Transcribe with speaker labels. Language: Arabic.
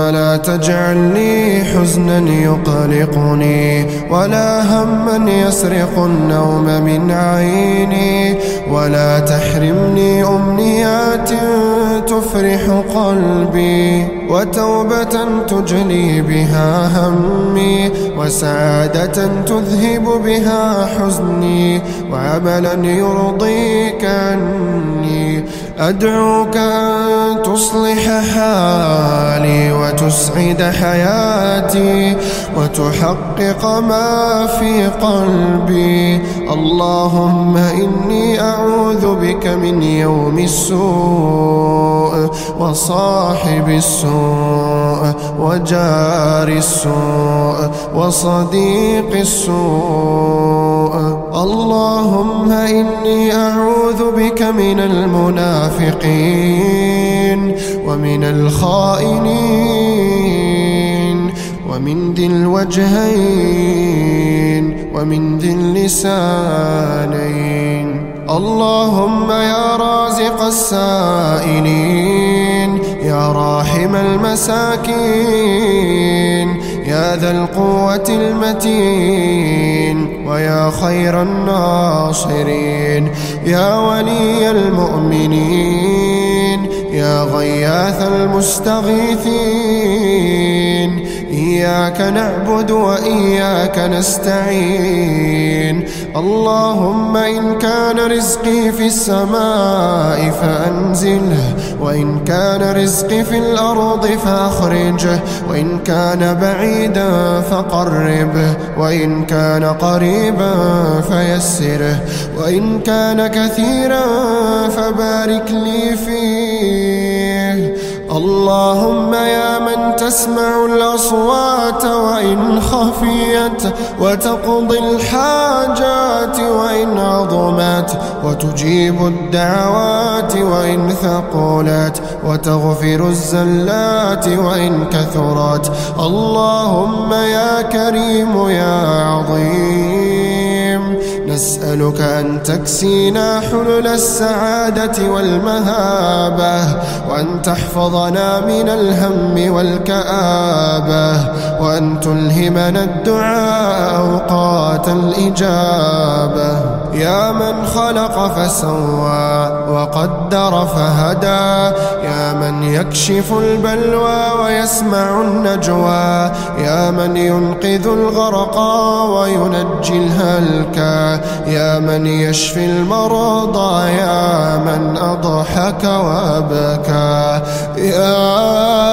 Speaker 1: لا تجعل لي حزنا يقلقني ولا هما يسرق النوم من عيني، ولا تحرمني أمنيات تفرح قلبي وتوبة تجلي بها همي، وسعادة تذهب بها حزني، وعملا يرضيك عني. أدعوك أن تصلح حالي وتسعد حياتي وتحقق ما في قلبي. اللهم إني أعوذ بك من يوم السوء وصاحب السوء وجار السوء وصديق السوء. اللهم إني أعوذ بك من المنافقين ومن الخائنين ومن ذي الوجهين ومن ذي اللسانين. اللهم يا رازق السائلين، يا راحم المساكين، يا ذا القوة المتين، ويا خير الناصرين، يا ولي المؤمنين، يا غياث المستغيثين. إياك نعبد وإياك نستعين. اللهم إن كان رزقي في السماء فأنزله، وإن كان رزقي في الأرض فأخرجه، وإن كان بعيدا فقربه، وإن كان قريبا فيسره، وإن كان كثيرا فبارك لي فيه. اللهم يا من تسمع الأصوات وإن خفيت، وتقضي الحاجات وإن عظمت، وتجيب الدعوات وإن ثقلت، وتغفر الزلات وإن كثرت. اللهم يا كريم يا عظيم، نسألك أن تكسينا حلل السعادة والمهابة، وأن تحفظنا من الهم والكآبة، وأن تلهمنا الدعاء أوقات الإجابة. يا من خلق فسوى وقدر فهدى، يا من يكشف البلوى ويسمع النجوى، يا من ينقذ الغرقى وينجي الهلكى، يا من يشفي المرضى، يا من أضحك وأبكى، يا